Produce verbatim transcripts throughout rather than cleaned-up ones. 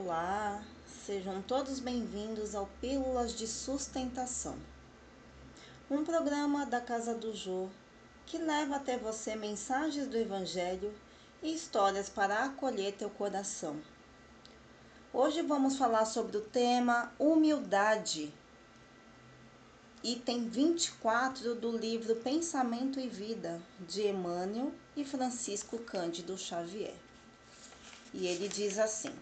Olá, sejam todos bem-vindos ao Pílulas de Sustentação, um programa da Casa do Jô que leva até você mensagens do Evangelho e histórias para acolher teu coração. Hoje vamos falar sobre o tema Humildade, item vinte e quatro do livro Pensamento e Vida, de Emmanuel e Francisco Cândido Xavier. E ele diz assim: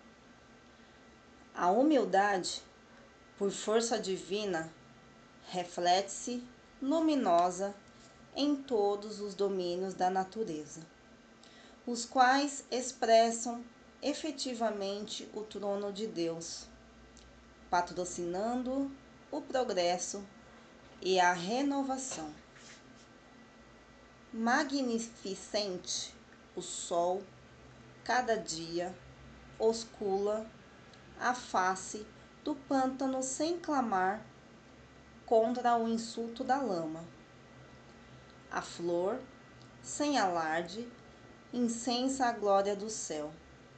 a humildade, por força divina, reflete-se luminosa em todos os domínios da natureza, os quais expressam efetivamente o trono de Deus, patrocinando o progresso e a renovação. Magnificente, o sol, cada dia, oscula a face do pântano sem clamar contra o insulto da lama. A flor, sem alarde, incensa a glória do céu.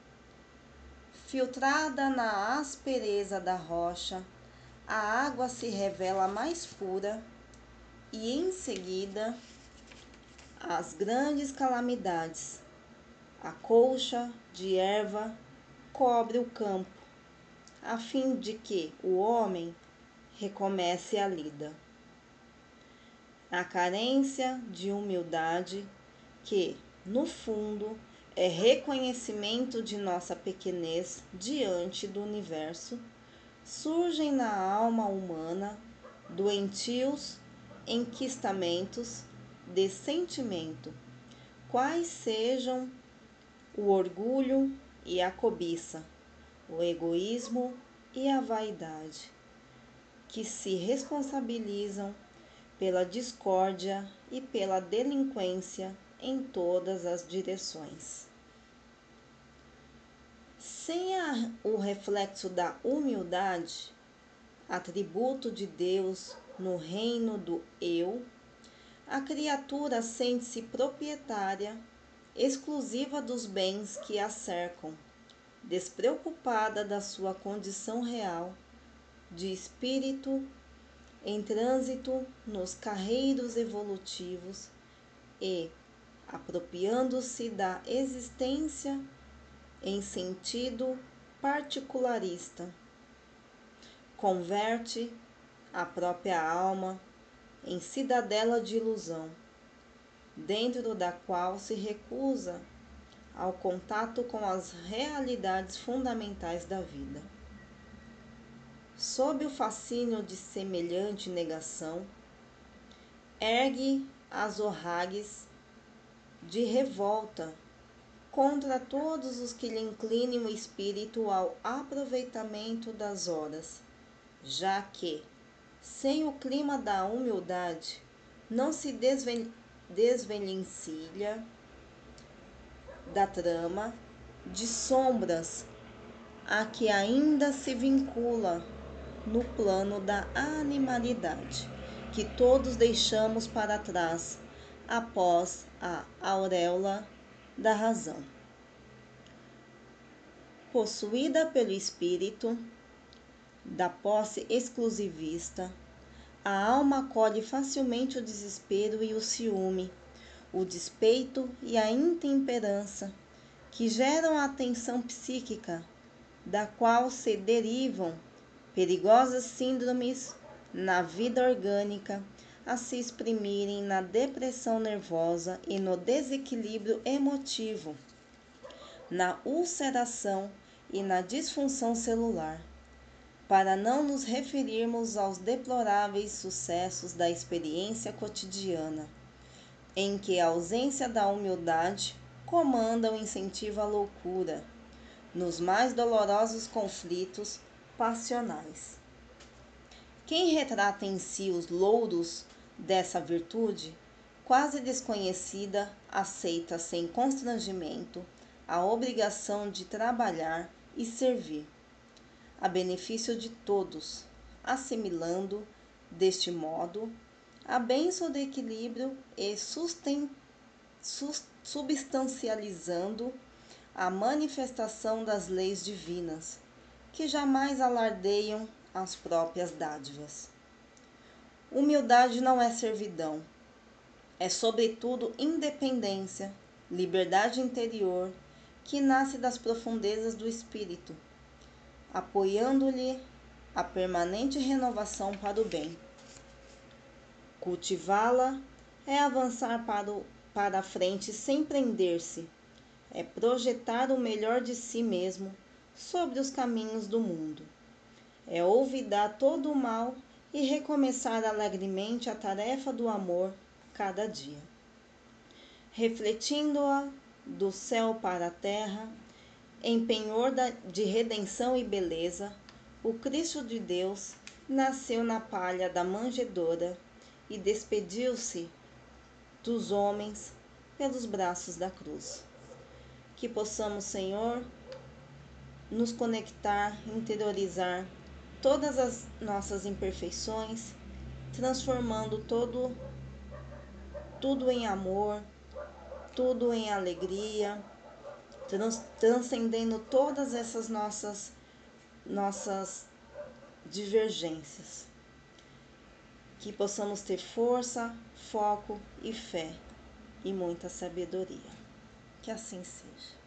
Filtrada na aspereza da rocha, a água se revela mais pura e, em seguida, as grandes calamidades. A colcha de erva cobre o campo, a fim de que o homem recomece a lida. A carência de humildade, que, no fundo, é reconhecimento de nossa pequenez diante do universo, surgem na alma humana doentios enquistamentos de sentimento, quais sejam o orgulho e a cobiça, o egoísmo e a vaidade, que se responsabilizam pela discórdia e pela delinquência em todas as direções. Sem a, o reflexo da humildade, atributo de Deus no reino do eu, a criatura sente-se proprietária exclusiva dos bens que a cercam, despreocupada da sua condição real de espírito em trânsito nos carreiros evolutivos e, apropriando-se da existência em sentido particularista, converte a própria alma em cidadela de ilusão, dentro da qual se recusa ao contato com as realidades fundamentais da vida. Sob o fascínio de semelhante negação, ergue as orragues de revolta contra todos os que lhe inclinem o espírito ao aproveitamento das horas, já que, sem o clima da humildade, não se desven- desvencilha da trama de sombras a que ainda se vincula no plano da animalidade, que todos deixamos para trás após a auréola da razão. Possuída pelo espírito da posse exclusivista, a alma acolhe facilmente o desespero e o ciúme, o despeito e a intemperança, que geram a tensão psíquica, da qual se derivam perigosas síndromes na vida orgânica, a se exprimirem na depressão nervosa e no desequilíbrio emotivo, na ulceração e na disfunção celular, para não nos referirmos aos deploráveis sucessos da experiência cotidiana, em que a ausência da humildade comanda o incentivo à loucura, nos mais dolorosos conflitos passionais. Quem retrata em si os louros dessa virtude, quase desconhecida, aceita sem constrangimento a obrigação de trabalhar e servir, a benefício de todos, assimilando, deste modo, a bênção do equilíbrio e susten- substancializando a manifestação das leis divinas, que jamais alardeiam as próprias dádivas. Humildade não é servidão, é sobretudo independência, liberdade interior, que nasce das profundezas do espírito, apoiando-lhe a permanente renovação para o bem. Cultivá-la é avançar para, o, para a frente sem prender-se, é projetar o melhor de si mesmo sobre os caminhos do mundo, é olvidar todo o mal e recomeçar alegremente a tarefa do amor cada dia. Refletindo-a do céu para a terra, em penhor de redenção e beleza, o Cristo de Deus nasceu na palha da manjedoura e despediu-se dos homens pelos braços da cruz. Que possamos, Senhor, nos conectar, interiorizar todas as nossas imperfeições, transformando todo, tudo em amor, tudo em alegria, trans, transcendendo todas essas nossas, nossas divergências. Que possamos ter força, foco e fé e muita sabedoria. Que assim seja.